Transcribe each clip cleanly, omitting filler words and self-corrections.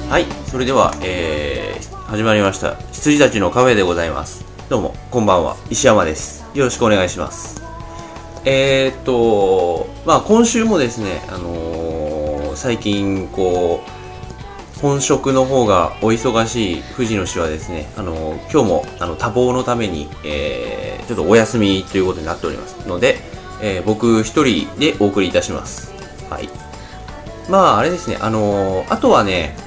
はい、それでは、始まりました羊たちのカフェでございます。どうもこんばんは、石山です。よろしくお願いします。今週もですね、最近本職の方がお忙しい藤野氏はですね、今日も多忙のために、ちょっとお休みということになっておりますので、僕一人でお送りいたします。はい。あれですね、あとはね、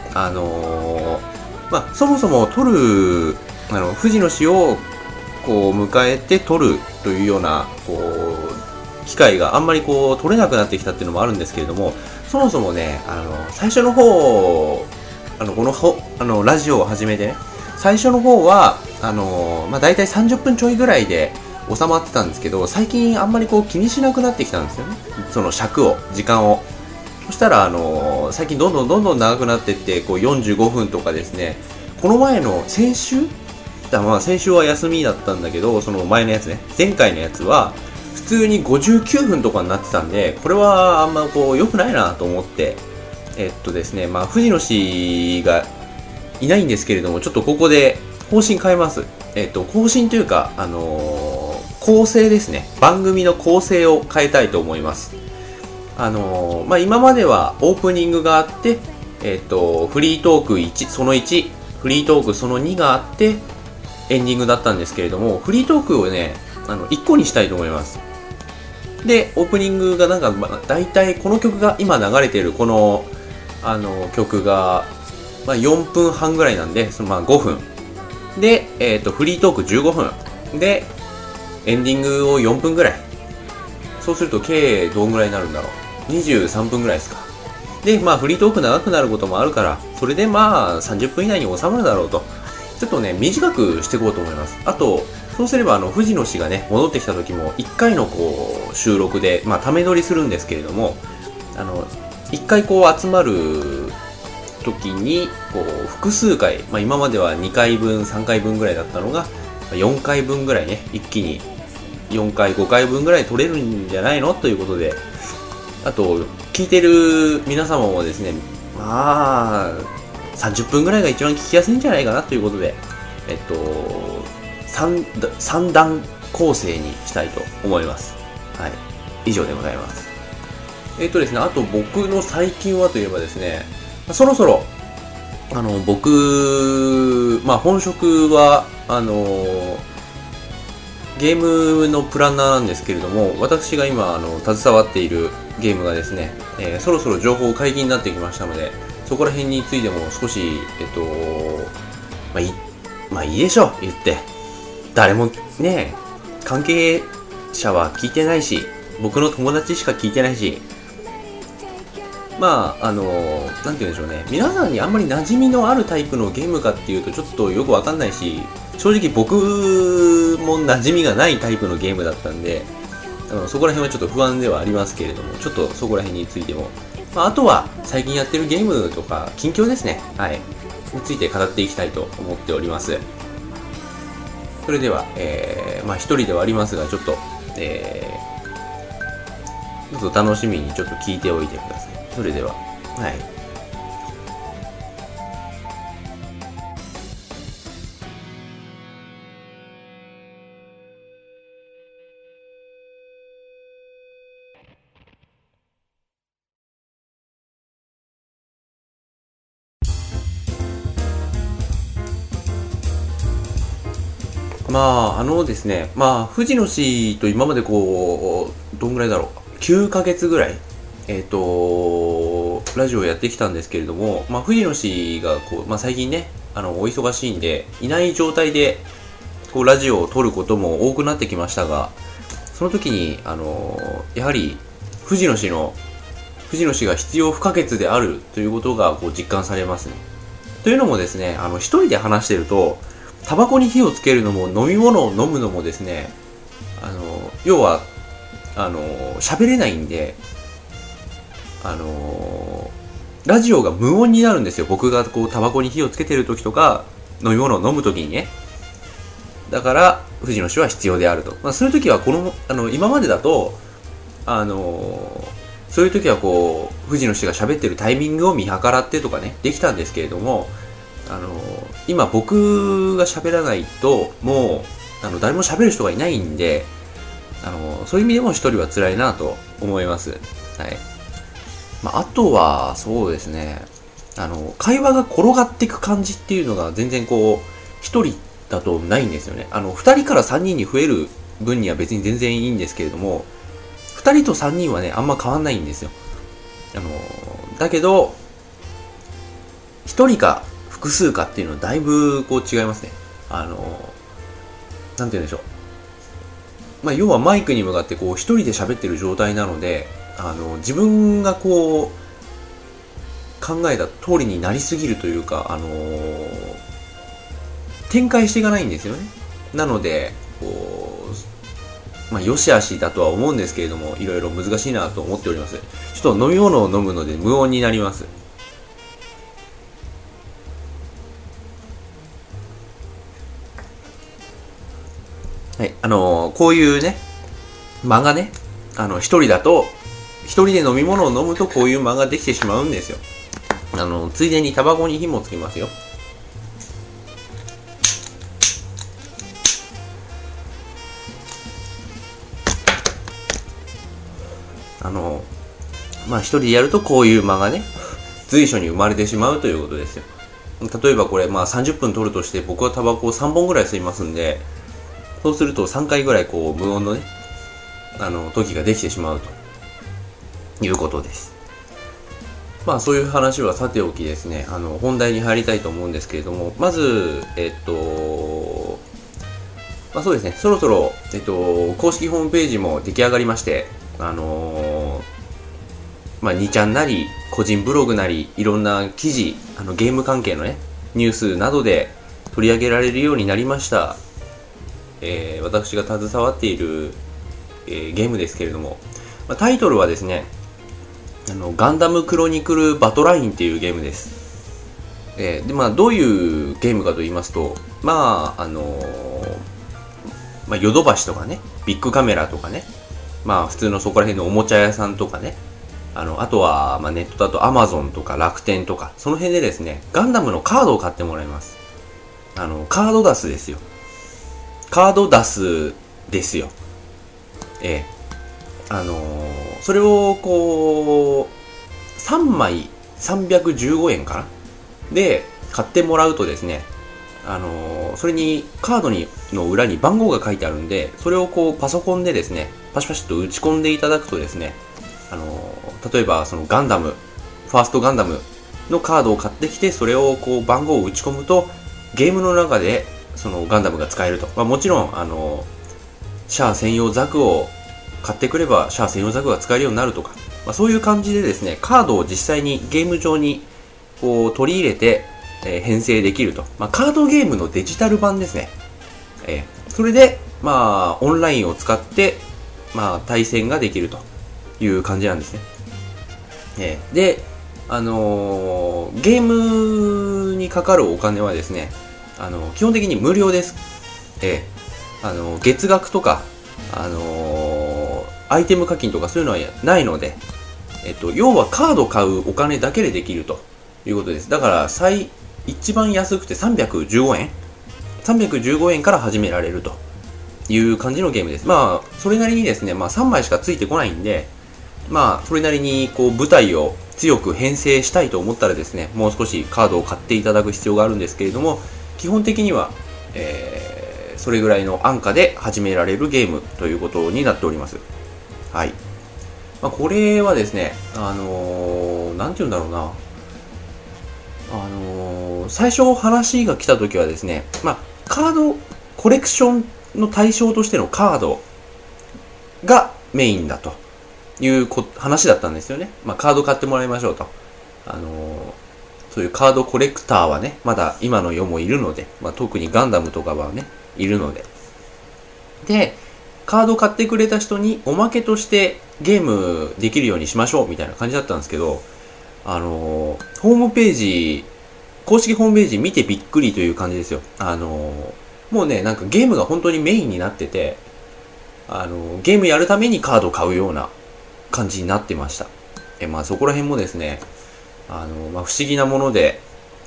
そもそも藤野氏を迎えて撮るというような機会があんまり取れなくなってきたっていうのもあるんですけれども、そもそもね、最初の方このラジオを始めてね、最初の方はだいたい30分ちょいぐらいで収まってたんですけど、最近あんまり気にしなくなってきたんですよね、その時間を。そしたら最近どんどん長くなっていって45分とかですね。この前の先週は休みだったんだけど、その前のやつね、前回のやつは普通に59分とかになってたんで、これはあんま良くないなと思って、ですね、藤野氏がいないんですけれども、ちょっとここで方針変えます。方針というか構成ですね。番組の構成を変えたいと思います。今まではオープニングがあって、フリートーク1、その1、フリートークその2があって、エンディングだったんですけれども、フリートークをね、1個にしたいと思います。で、オープニングがだいたいこの曲が今流れているこの、曲が、4分半ぐらいなんで、5分。で、フリートーク15分。で、エンディングを4分ぐらい。そうすると計どんぐらいになるんだろう。23分ぐらいですか。で、フリートーク長くなることもあるから、それで30分以内に収まるだろうと。ちょっとね、短くしていこうと思います。あと、そうすれば藤野氏がね、戻ってきた時も、1回の収録で、ため撮りするんですけれども、1回集まる時に、複数回、今までは2回分、3回分ぐらいだったのが、4回分ぐらいね、一気に4回、5回分ぐらい撮れるんじゃないのということで、あと、聞いてる皆様もですね、30分ぐらいが一番聞きやすいんじゃないかなということで、3段構成にしたいと思います。はい。以上でございます。ですね、あと僕の最近はといえばですね、そろそろ、僕、本職は、ゲームのプランナーなんですけれども、私が今携わっているゲームがですね、そろそろ情報解禁になってきましたので、そこら辺についても少しいいでしょう、言って。誰もね、関係者は聞いてないし、僕の友達しか聞いてないし、なんて言うんでしょうね、皆さんにあんまり馴染みのあるタイプのゲームかっていうとちょっとよくわかんないし、正直僕も馴染みがないタイプのゲームだったんで、そこら辺はちょっと不安ではありますけれども、ちょっとそこら辺についても、あとは最近やってるゲームとか近況ですね、はい、について語っていきたいと思っております。それでは、一人ではありますが、ちょっと、どうぞ楽しみにちょっと聞いておいてください。それでは、はい。ですね、藤野氏と今までどんぐらいだろう、9ヶ月ぐらい、ラジオをやってきたんですけれども、藤野氏が最近ね、お忙しいんで、いない状態で、ラジオを撮ることも多くなってきましたが、その時に、やはり、藤野氏が必要不可欠であるということが実感されますね。というのもですね、一人で話してると、タバコに火をつけるのも飲み物を飲むのもですね、要は喋れないんで、ラジオが無音になるんですよ。僕がタバコに火をつけてる時とか飲み物を飲む時にね。だから藤野氏は必要であると。そういう時は今までだとそういう時はこう、藤野氏が喋ってるタイミングを見計らってとかね、できたんですけれども、今僕が喋らないと、もう、誰も喋る人がいないんで、そういう意味でも一人は辛いなと思います。はい。あとは、そうですね、会話が転がっていく感じっていうのが全然こう、一人だとないんですよね。二人から三人に増える分には別に全然いいんですけれども、二人と三人はね、あんま変わんないんですよ。だけど、一人か複数かっていうのはだいぶこう違いますね。なんて言うんでしょう。要はマイクに向かってこう一人で喋ってる状態なので、自分がこう、考えた通りになりすぎるというか、展開していかないんですよね。なので、こう、よしあしだとは思うんですけれども、いろいろ難しいなと思っております。ちょっと飲み物を飲むので無音になります。はい、こういうね、間がね、一人だと、一人で飲み物を飲むとこういう間ができてしまうんですよ。ついでにタバコに火もつきますよ。一人でやるとこういう間がね、随所に生まれてしまうということですよ。例えばこれ、30分取るとして僕はタバコを3本ぐらい吸いますんで、そうすると3回ぐらいこう無音のね、時ができてしまうということです。そういう話はさておきですね、本題に入りたいと思うんですけれども、まず、そうですね、そろそろ、公式ホームページも出来上がりまして、2ちゃんなり、個人ブログなり、いろんな記事、ゲーム関係のね、ニュースなどで取り上げられるようになりました。私が携わっている、ゲームですけれども、タイトルはですね、ガンダムクロニクルバトラインっていうゲームです。で、どういうゲームかと言いますと、ヨドバシとかね、ビッグカメラとかね、普通のそこら辺のおもちゃ屋さんとかね、あとは、ネットだとアマゾンとか楽天とか、その辺でですね、ガンダムのカードを買ってもらいます。カードダスですよ。カードダスですよ。それをこう、3枚315円かなで買ってもらうとですね、それにカードの裏に番号が書いてあるんで、それをこうパソコンでですね、パシパシと打ち込んでいただくとですね、例えばそのガンダム、ファーストガンダムのカードを買ってきて、それをこう番号を打ち込むと、ゲームの中でそのガンダムが使えると。もちろん、シャア専用ザクを買ってくれば、シャア専用ザクが使えるようになるとか、そういう感じでですね、カードを実際にゲーム上にこう取り入れて、編成できると。カードゲームのデジタル版ですね。それで、オンラインを使って、対戦ができるという感じなんですね。で、ゲームにかかるお金はですね、基本的に無料です。月額とか、アイテム課金とかそういうのはないので、要はカード買うお金だけでできるということです。だから一番安くて315円315円から始められるという感じのゲームです。それなりにですね、3枚しかついてこないんで、それなりにこう舞台を強く編成したいと思ったらですね、もう少しカードを買っていただく必要があるんですけれども、基本的には、それぐらいの安価で始められるゲームということになっております。はい。これはですね、なんて言うんだろうな。最初話が来た時はですね、カードコレクションの対象としてのカードがメインだという話だったんですよね。カード買ってもらいましょうと。そういうカードコレクターはね、まだ今の世もいるので、特にガンダムとかはね、いるので。で、カード買ってくれた人におまけとしてゲームできるようにしましょうみたいな感じだったんですけど、ホームページ、公式ホームページ見てびっくりという感じですよ。もうね、なんかゲームが本当にメインになってて、ゲームやるためにカード買うような感じになってました。 まあそこら辺もですね、まあ不思議なもので、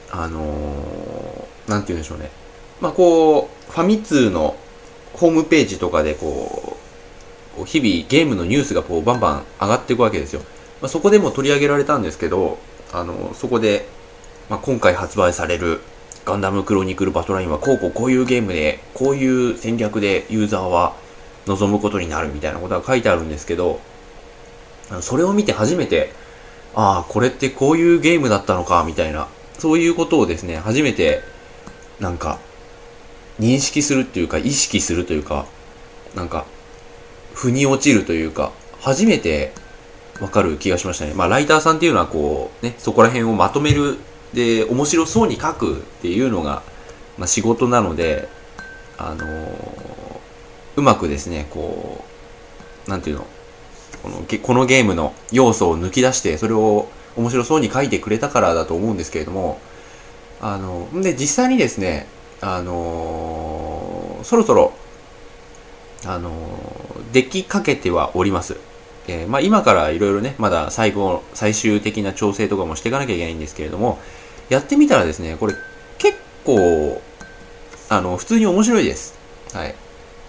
なんて言うんでしょうね。まあこう、ファミ通のホームページとかでこう、日々ゲームのニュースがこうバンバン上がっていくわけですよ。まあ、そこでも取り上げられたんですけど、そこで、まあ、今回発売されるガンダムクロニクルバトラインはこういうゲームで、こういう戦略でユーザーは望むことになるみたいなことが書いてあるんですけど、それを見て初めて、ああ、これってこういうゲームだったのか、みたいな、そういうことをですね、初めて、なんか、認識するっていうか、意識するというか、なんか、腑に落ちるというか、初めてわかる気がしましたね。まあ、ライターさんっていうのはこう、ね、そこら辺をまとめる、で、面白そうに書くっていうのが、まあ、仕事なので、うまくですね、こう、なんていうの、このゲームの要素を抜き出して、それを面白そうに書いてくれたからだと思うんですけれども、で、実際にですね、そろそろ、できかけてはおります。まあ今からいろいろね、まだ最終的な調整とかもしていかなきゃいけないんですけれども、やってみたらですね、これ結構、普通に面白いです。はい。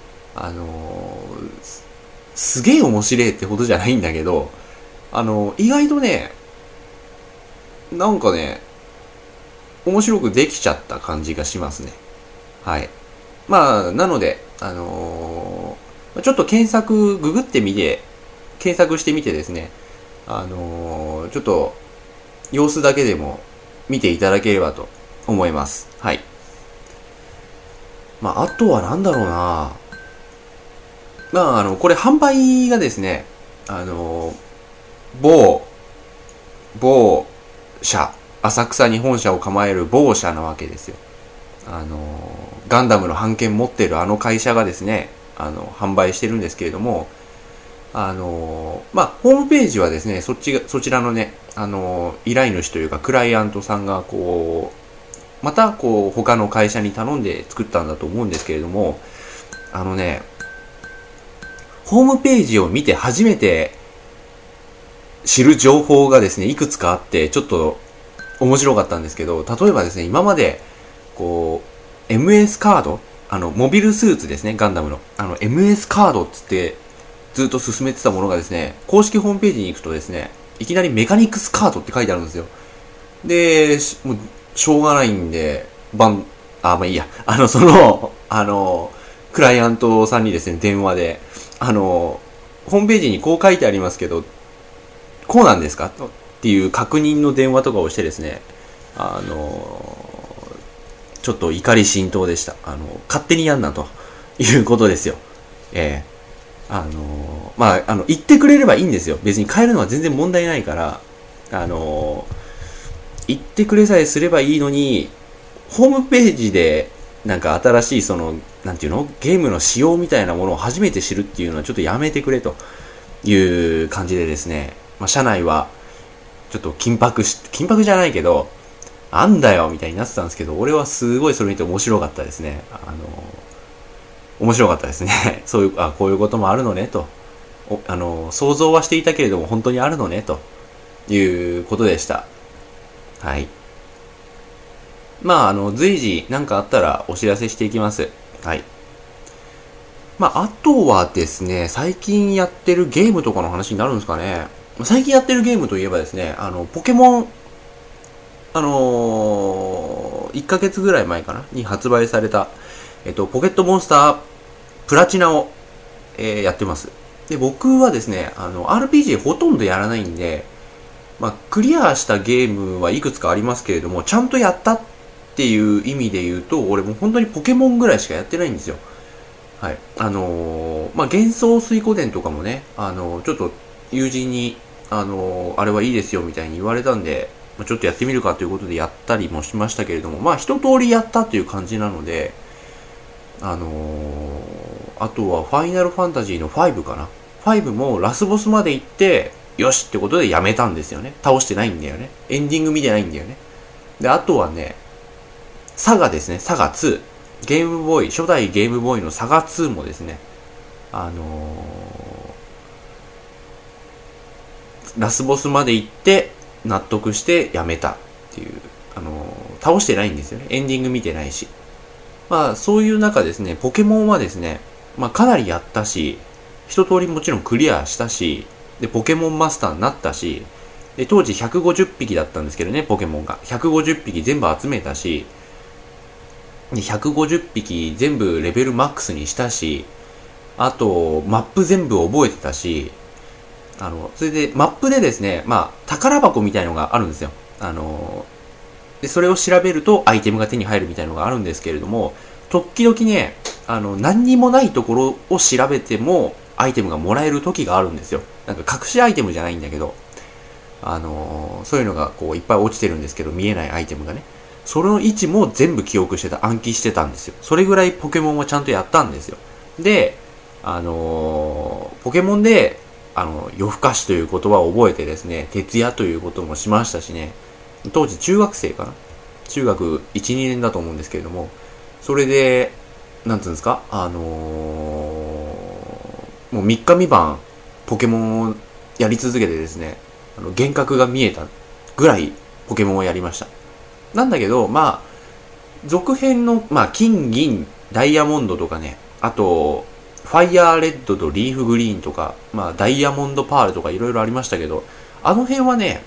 すげえ面白いってほどじゃないんだけど、意外とね、なんかね、面白くできちゃった感じがしますね。はい。まあ、なので、ちょっとググってみて、検索してみてですね、ちょっと、様子だけでも見ていただければと思います。はい。まあ、あとはなんだろうな。まあ、これ販売がですね、某社、浅草に本社を構える某社なわけですよ。ガンダムの版権持ってるあの会社がですね、販売してるんですけれども、まあ、ホームページはですね、そちらのね、依頼主というか、クライアントさんが、こう、また、こう、他の会社に頼んで作ったんだと思うんですけれども、ホームページを見て初めて知る情報がですね、いくつかあって、ちょっと面白かったんですけど、例えばですね、今まで、こう、MS カード、モビルスーツですね、ガンダムの。MS カードっつって、ずっと進めてたものがですね、公式ホームページに行くとですね、いきなりメカニクスカードって書いてあるんですよ。で、もう、しょうがないんで、まあいいや。クライアントさんにですね、電話で、ホームページにこう書いてありますけど、こうなんですかっていう確認の電話とかをしてですね、ちょっと怒り心頭でした。勝手にやんなということですよ。まあ、言ってくれればいいんですよ。別に変えるのは全然問題ないから、言ってくれさえすればいいのに、ホームページで、なんか新しいなんていうのゲームの仕様みたいなものを初めて知るっていうのはちょっとやめてくれという感じでですね、まあ、社内は、ちょっと緊迫じゃないけど、なんだよみたいになってたんですけど、俺はすごいそれ見て面白かったですね。面白かったですね。こういうこともあるのね、と。想像はしていたけれども、本当にあるのね、ということでした。はい。まあ、随時何かあったらお知らせしていきます。はい。まあ、あとはですね、最近やってるゲームとかの話になるんですかね。最近やってるゲームといえばですね、ポケモン、1ヶ月ぐらい前かなに発売された、ポケットモンスタープラチナを、やってます。で、僕はですね、RPG ほとんどやらないんで、まあ、クリアしたゲームはいくつかありますけれども、ちゃんとやったっていう意味で言うと、俺もう本当にポケモンぐらいしかやってないんですよ。はい。まあ、幻想水湖伝とかもね、ちょっと友人に、あれはいいですよみたいに言われたんで、まあ、ちょっとやってみるかということでやったりもしましたけれども、まあ一通りやったという感じなので、あとはファイナルファンタジーの5かな。5もラスボスまで行って、よしってことでやめたんですよね。倒してないんだよね。エンディング見てないんだよね。で、あとはね、サガですね。サガ2。ゲームボーイ、初代ゲームボーイのサガ2もですね、 ラスボスまで行って納得してやめたっていう、倒してないんですよね。エンディング見てないし。まあそういう中ですね、ポケモンはですね、まあかなりやったし、一通りもちろんクリアしたし、で、ポケモンマスターになったし、で、当時150匹だったんですけどね、ポケモンが。150匹全部集めたし、で、150匹全部レベルマックスにしたし、あと、マップ全部覚えてたし、それで、マップでですね、まあ、宝箱みたいのがあるんですよ。で、それを調べるとアイテムが手に入るみたいのがあるんですけれども、時々ね、何にもないところを調べても、アイテムがもらえる時があるんですよ。なんか隠しアイテムじゃないんだけど、そういうのがこういっぱい落ちてるんですけど、見えないアイテムがね。それの位置も全部記憶してた、暗記してたんですよ。それぐらいポケモンはちゃんとやったんですよ。で、ポケモンで、夜更かしという言葉を覚えてですね、徹夜ということもしましたしね、当時中学生かな、中学1、2年だと思うんですけれども、それで、なんつうんですか、もう3日3晩ポケモンをやり続けてですね、幻覚が見えたぐらいポケモンをやりました。なんだけど、まあ、続編の、まあ、金、銀、ダイヤモンドとかね、あと、ファイヤーレッドとリーフグリーンとか、まあ、ダイヤモンドパールとかいろいろありましたけど、あの辺はね、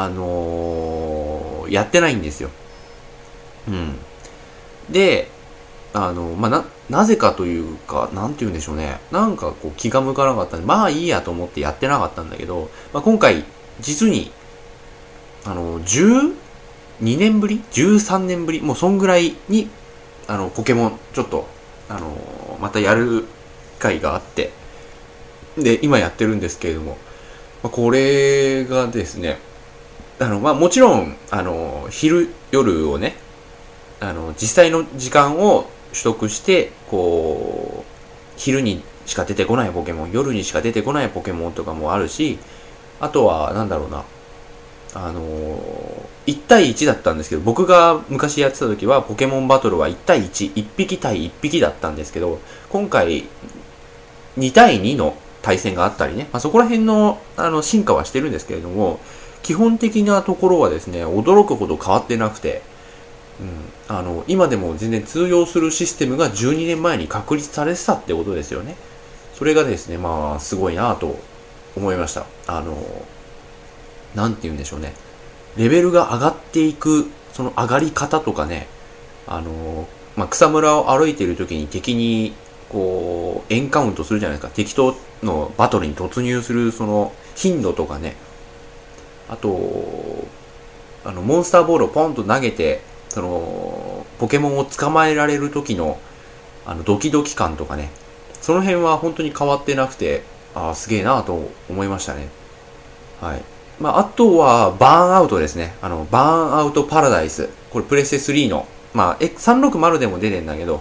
やってないんですよ。うん。で、まあ、なぜかというか、なんて言うんでしょうね。なんかこう気が向かなかったんで、まあいいやと思ってやってなかったんだけど、まあ、今回、実に、12年ぶり ?13 年ぶりもうそんぐらいに、ポケモン、ちょっと、またやる機会があって、で、今やってるんですけれども、まあ、これがですね、まあもちろん、昼、夜をね、実際の時間を取得して、こう、昼にしか出てこないポケモン、夜にしか出てこないポケモンとかもあるし、あとは、なんだろうな、1対1だったんですけど、僕が昔やってた時は、ポケモンバトルは1対1、1匹対1匹だったんですけど、今回、2対2の対戦があったりね、まあ、そこら辺の、進化はしてるんですけれども、基本的なところはですね、驚くほど変わってなくて、今でも全然通用するシステムが12年前に確立されてたってことですよね。それがですね、まあ、すごいなぁと思いました。なんて言うんでしょうね。レベルが上がっていく、その上がり方とかね、まあ、草むらを歩いている時に敵に、こう、エンカウントするじゃないですか。敵とのバトルに突入する、その、頻度とかね。あと、モンスターボールをポンと投げて、その、ポケモンを捕まえられる時の、ドキドキ感とかね。その辺は本当に変わってなくて、すげえなぁと思いましたね。はい。まあ、あとは、バーンアウトですね。バーンアウトパラダイス。これプレステ3の、まあ、360でも出てんだけど、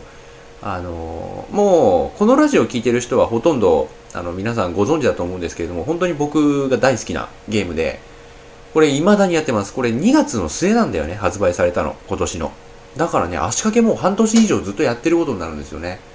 もう、このラジオを聞いてる人はほとんど、皆さんご存知だと思うんですけれども、本当に僕が大好きなゲームで、これ未だにやってます。これ2月の末なんだよね、発売されたの。今年の。だからね、足掛けもう半年以上ずっとやってることになるんですよね。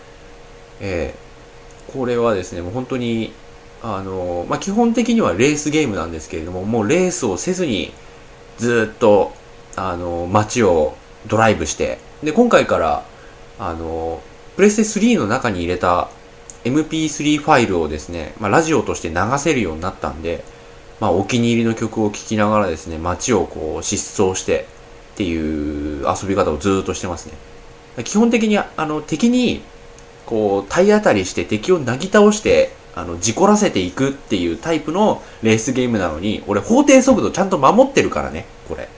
これはですね、もう本当に、まあ、基本的にはレースゲームなんですけれども、もうレースをせずに、ずっと、街をドライブして、で、今回から、プレステ3の中に入れた MP3 ファイルをですね、まあ、ラジオとして流せるようになったんで、まあ、お気に入りの曲を聴きながらですね、街をこう、疾走してっていう遊び方をずーっとしてますね。基本的に、敵に、こう、体当たりして敵をなぎ倒して、事故らせていくっていうタイプのレースゲームなのに、俺、法定速度ちゃんと守ってるからね、これ。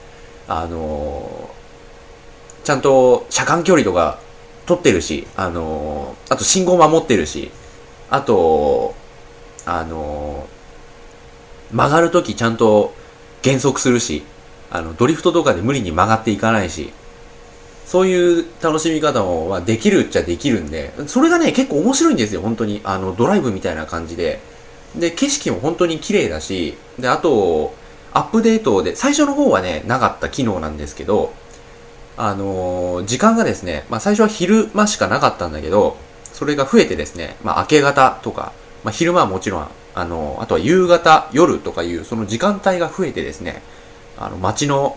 ちゃんと車間距離とか取ってるし、あと信号守ってるし、あと、曲がるときちゃんと減速するし、ドリフトとかで無理に曲がっていかないし、そういう楽しみ方も、まあ、できるっちゃできるんで、それがね、結構面白いんですよ、本当に。ドライブみたいな感じで。で、景色も本当に綺麗だし、で、あと、アップデートで、最初の方はね、なかった機能なんですけど、時間がですね、まあ、最初は昼間しかなかったんだけど、それが増えてですね、まあ、明け方とか、まあ、昼間はもちろんあとは夕方、夜とかいうその時間帯が増えてですね、街の、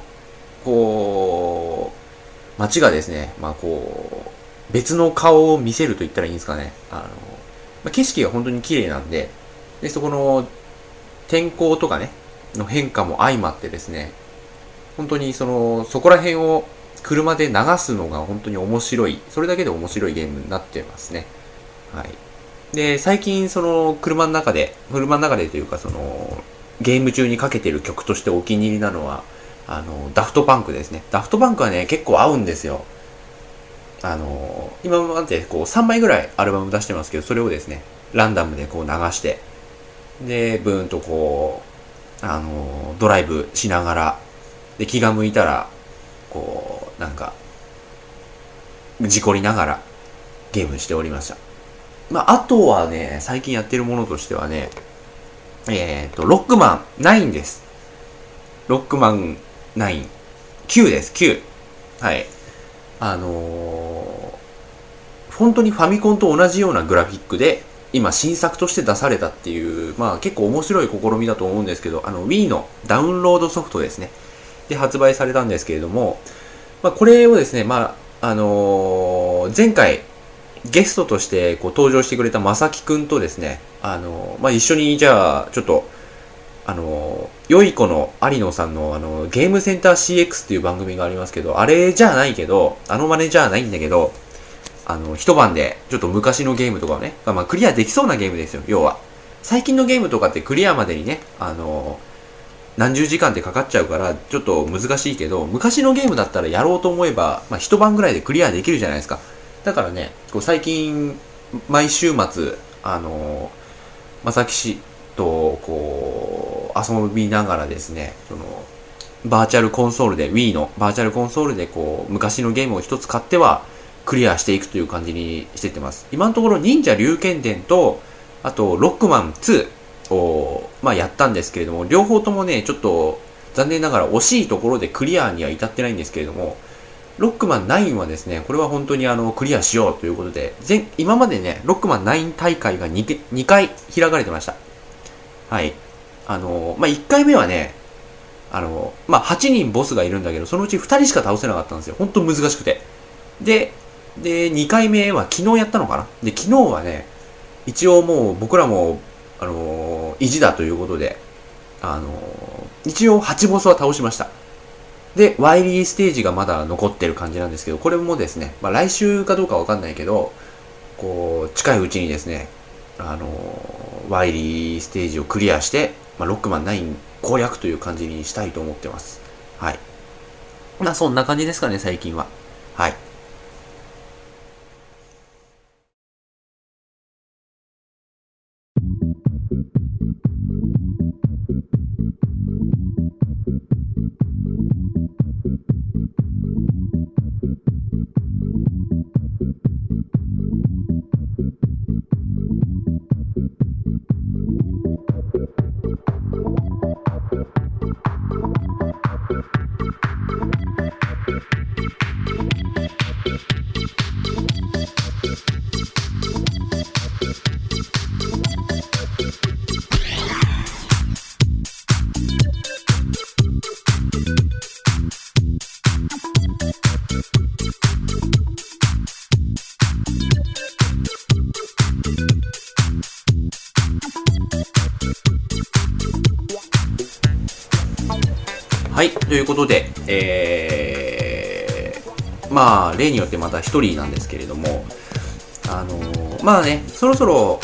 街がですね、別の顔を見せると言ったらいいんですかね。景色が本当に綺麗なんで、で、そこの天候とかね、の変化も相まってですね、本当にそこら辺を車で流すのが本当に面白い、それだけで面白いゲームになってますね。はい。で、最近車の中でというかゲーム中にかけてる曲としてお気に入りなのは、ダフトパンクですね。ダフトパンクはね、結構合うんですよ。今まで3枚ぐらいアルバム出してますけど、それをですね、ランダムで流して、で、ブーンとドライブしながら、で、気が向いたら、事故りながらゲームしておりました。あとはね、最近やってるものとしてはね、ロックマン9です。ロックマン9。9です、9。はい。本当にファミコンと同じようなグラフィックで、今新作として出されたっていう、結構面白い試みだと思うんですけど、Wii のダウンロードソフトですね。で発売されたんですけれども、これをですね、前回ゲストとして登場してくれたまさきくんとですね、一緒にじゃあちょっとよい子の有野さんのゲームセンター CX っていう番組がありますけど、あれじゃないけど、マネじゃないんだけど、一晩でちょっと昔のゲームとかをね、クリアできそうなゲームですよ、要は。最近のゲームとかってクリアまでにね、何十時間ってかかっちゃうから、ちょっと難しいけど、昔のゲームだったらやろうと思えば、一晩ぐらいでクリアできるじゃないですか。だからね、最近、毎週末、まさき氏と、遊びながらですね、バーチャルコンソールで、Wii のバーチャルコンソールで、昔のゲームを一つ買っては、クリアしていくという感じにしていってます。今のところ、忍者龍剣伝と、あと、ロックマン2を、やったんですけれども、両方ともね、ちょっと、残念ながら惜しいところでクリアには至ってないんですけれども、ロックマン9はですね、これは本当にクリアしようということで、今までね、ロックマン9大会が2回開かれてました。はい。1回目はね、8人ボスがいるんだけど、そのうち2人しか倒せなかったんですよ。本当難しくて。で、2回目は昨日やったのかな。で、昨日はね、一応もう僕らも、意地だということで、一応8ボスは倒しました。で、ワイリーステージがまだ残ってる感じなんですけど、これもですね、来週かどうかわかんないけど、近いうちにですね、ワイリーステージをクリアして、ロックマン9攻略という感じにしたいと思ってます。はい。そんな感じですかね、最近は。はい。はい、ということで、例によってまた一人なんですけれども、そろそろ、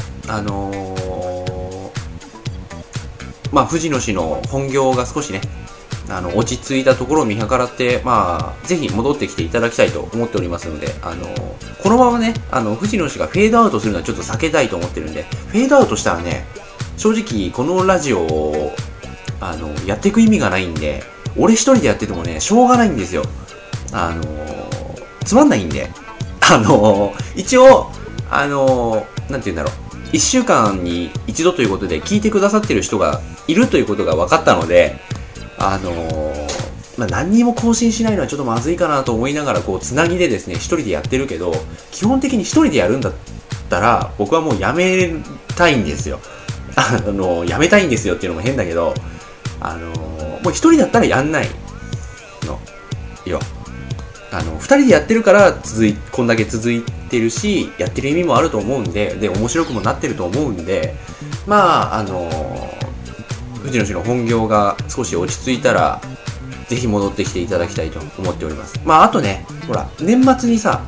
藤野氏の本業が少しね、落ち着いたところを見計らって、ぜひ戻ってきていただきたいと思っておりますので、このままね、藤野氏がフェードアウトするのはちょっと避けたいと思ってるんで、フェードアウトしたらね、正直このラジオを、やっていく意味がないんで、俺一人でやっててもね、しょうがないんですよ。つまんないんで。一応、なんて言うんだろう。1週間に一度ということで聞いてくださってる人がいるということが分かったので、何にも更新しないのはちょっとまずいかなと思いながら、つなぎでですね、一人でやってるけど、基本的に一人でやるんだったら、僕はもうやめたいんですよ。 やめたいんですよっていうのも変だけど、もう一人だったらやんないのよ。二人でやってるからこんだけ続いてるし、やってる意味もあると思うんで、面白くもなってると思うんで、まあ、藤野氏の本業が少し落ち着いたら、ぜひ戻ってきていただきたいと思っております。まあ、あとね、ほら、年末にさ、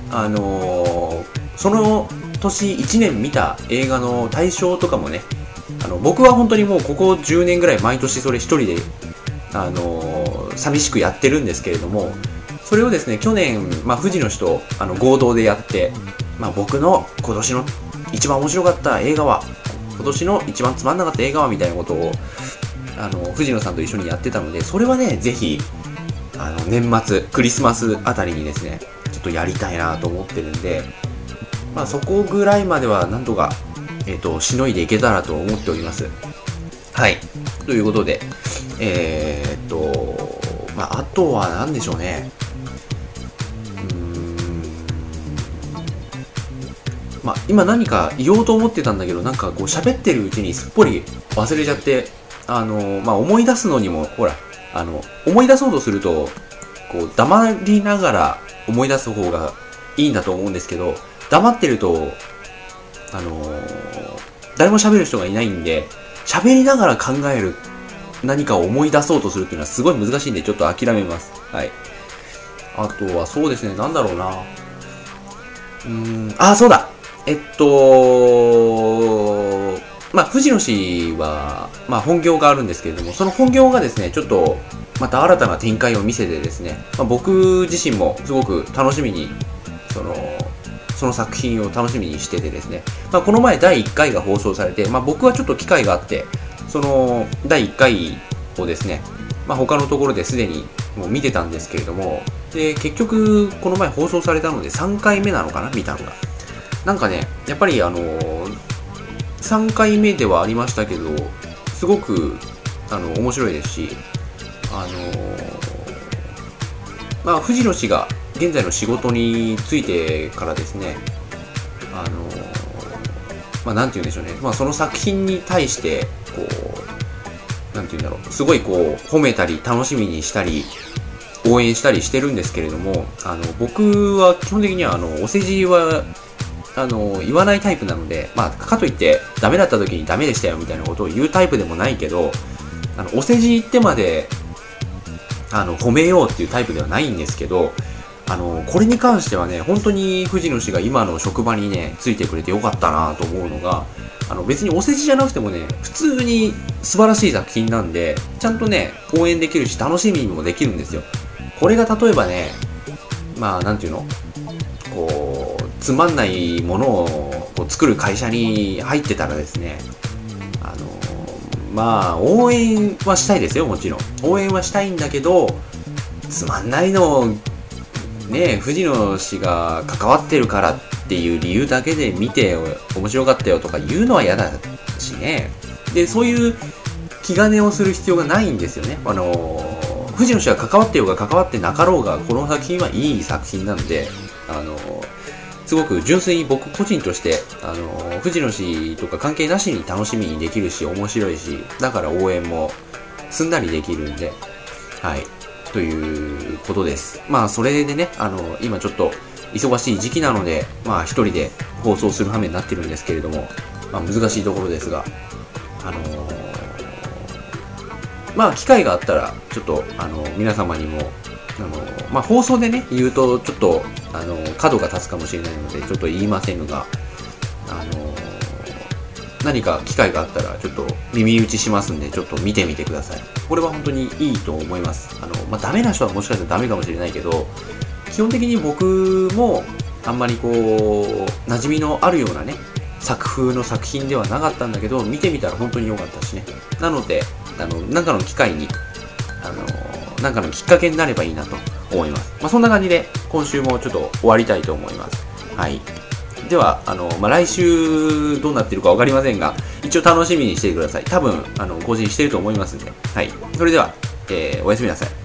その年1年見た映画の大賞とかもね、僕は本当にもうここ10年ぐらい毎年それ一人で、寂しくやってるんですけれども、それをですね、去年、藤野氏と合同でやって、僕の今年の一番面白かった映画は、今年の一番つまんなかった映画はみたいなことを藤野さんと一緒にやってたので、それはね、ぜひ年末クリスマスあたりにですね、ちょっとやりたいなと思ってるんで、そこぐらいまではなんとかしのいでいけたらと思っております。はい、ということであとは何でしょうね。今何か言おうと思ってたんだけど、なんかこう喋ってるうちにすっぽり忘れちゃって、思い出すのにも、ほら、思い出そうとすると、こう、黙りながら思い出す方がいいんだと思うんですけど、黙ってると、誰も喋る人がいないんで、喋りながら考える何かを思い出そうとするっていうのはすごい難しいんで、ちょっと諦めます。はい。あとはそうですね、なんだろうな。そうだ。藤野氏は、本業があるんですけれども、その本業がですね、ちょっと、また新たな展開を見せてですね、僕自身もすごく楽しみに、その作品を楽しみにしててですね、この前第1回が放送されて、僕はちょっと機会があって、その第1回をですね、他のところですでにもう見てたんですけれども、で、結局、この前放送されたので3回目なのかな、見たのが。なんかね、やっぱり3回目ではありましたけど、すごく面白いですし、藤野氏が現在の仕事についてからですね、なんて言うんでしょうね、その作品に対して、こう、なんて言うんだろう、すごいこう、褒めたり、楽しみにしたり、応援したりしてるんですけれども、僕は基本的にはお世辞は言わないタイプなので、かといってダメだった時にダメでしたよみたいなことを言うタイプでもないけど、お世辞言ってまで褒めようっていうタイプではないんですけど、これに関してはね、本当に藤野氏が今の職場にねついてくれてよかったなと思うのが、別にお世辞じゃなくてもね、普通に素晴らしい作品なんで、ちゃんとね応援できるし楽しみにもできるんですよ。これが例えばね、なんていうの、こうつまんないものをこう作る会社に入ってたらですね、応援はしたいですよ、もちろん応援はしたいんだけど、つまんないのをね、藤野氏が関わってるからっていう理由だけで見て面白かったよとか言うのは嫌だしね。で、そういう気兼ねをする必要がないんですよね。藤野氏が関わってようが関わってなかろうが、この作品はいい作品なんで、すごく純粋に僕個人として、藤野氏とか関係なしに楽しみにできるし、面白いし、だから応援もすんなりできるんで、はい。ということです。それでね、今ちょっと忙しい時期なので、一人で放送する羽目になってるんですけれども、難しいところですが、機会があったら、ちょっと、皆様にも、放送でね、言うと、ちょっと、角が立つかもしれないので、ちょっと言いませんが、何か機会があったら、ちょっと耳打ちしますんで、ちょっと見てみてください。これは本当にいいと思います。ダメな人はもしかしたらダメかもしれないけど、基本的に僕も、あんまりこう、馴染みのあるようなね、作風の作品ではなかったんだけど、見てみたら本当に良かったしね。なので、なんかの機会に、なんかのきっかけになればいいなと思います。そんな感じで、今週もちょっと終わりたいと思います。はい。では、来週どうなってるかわかりませんが、一応楽しみにしてください。多分、更新してると思いますんで。はい。それでは、おやすみなさい。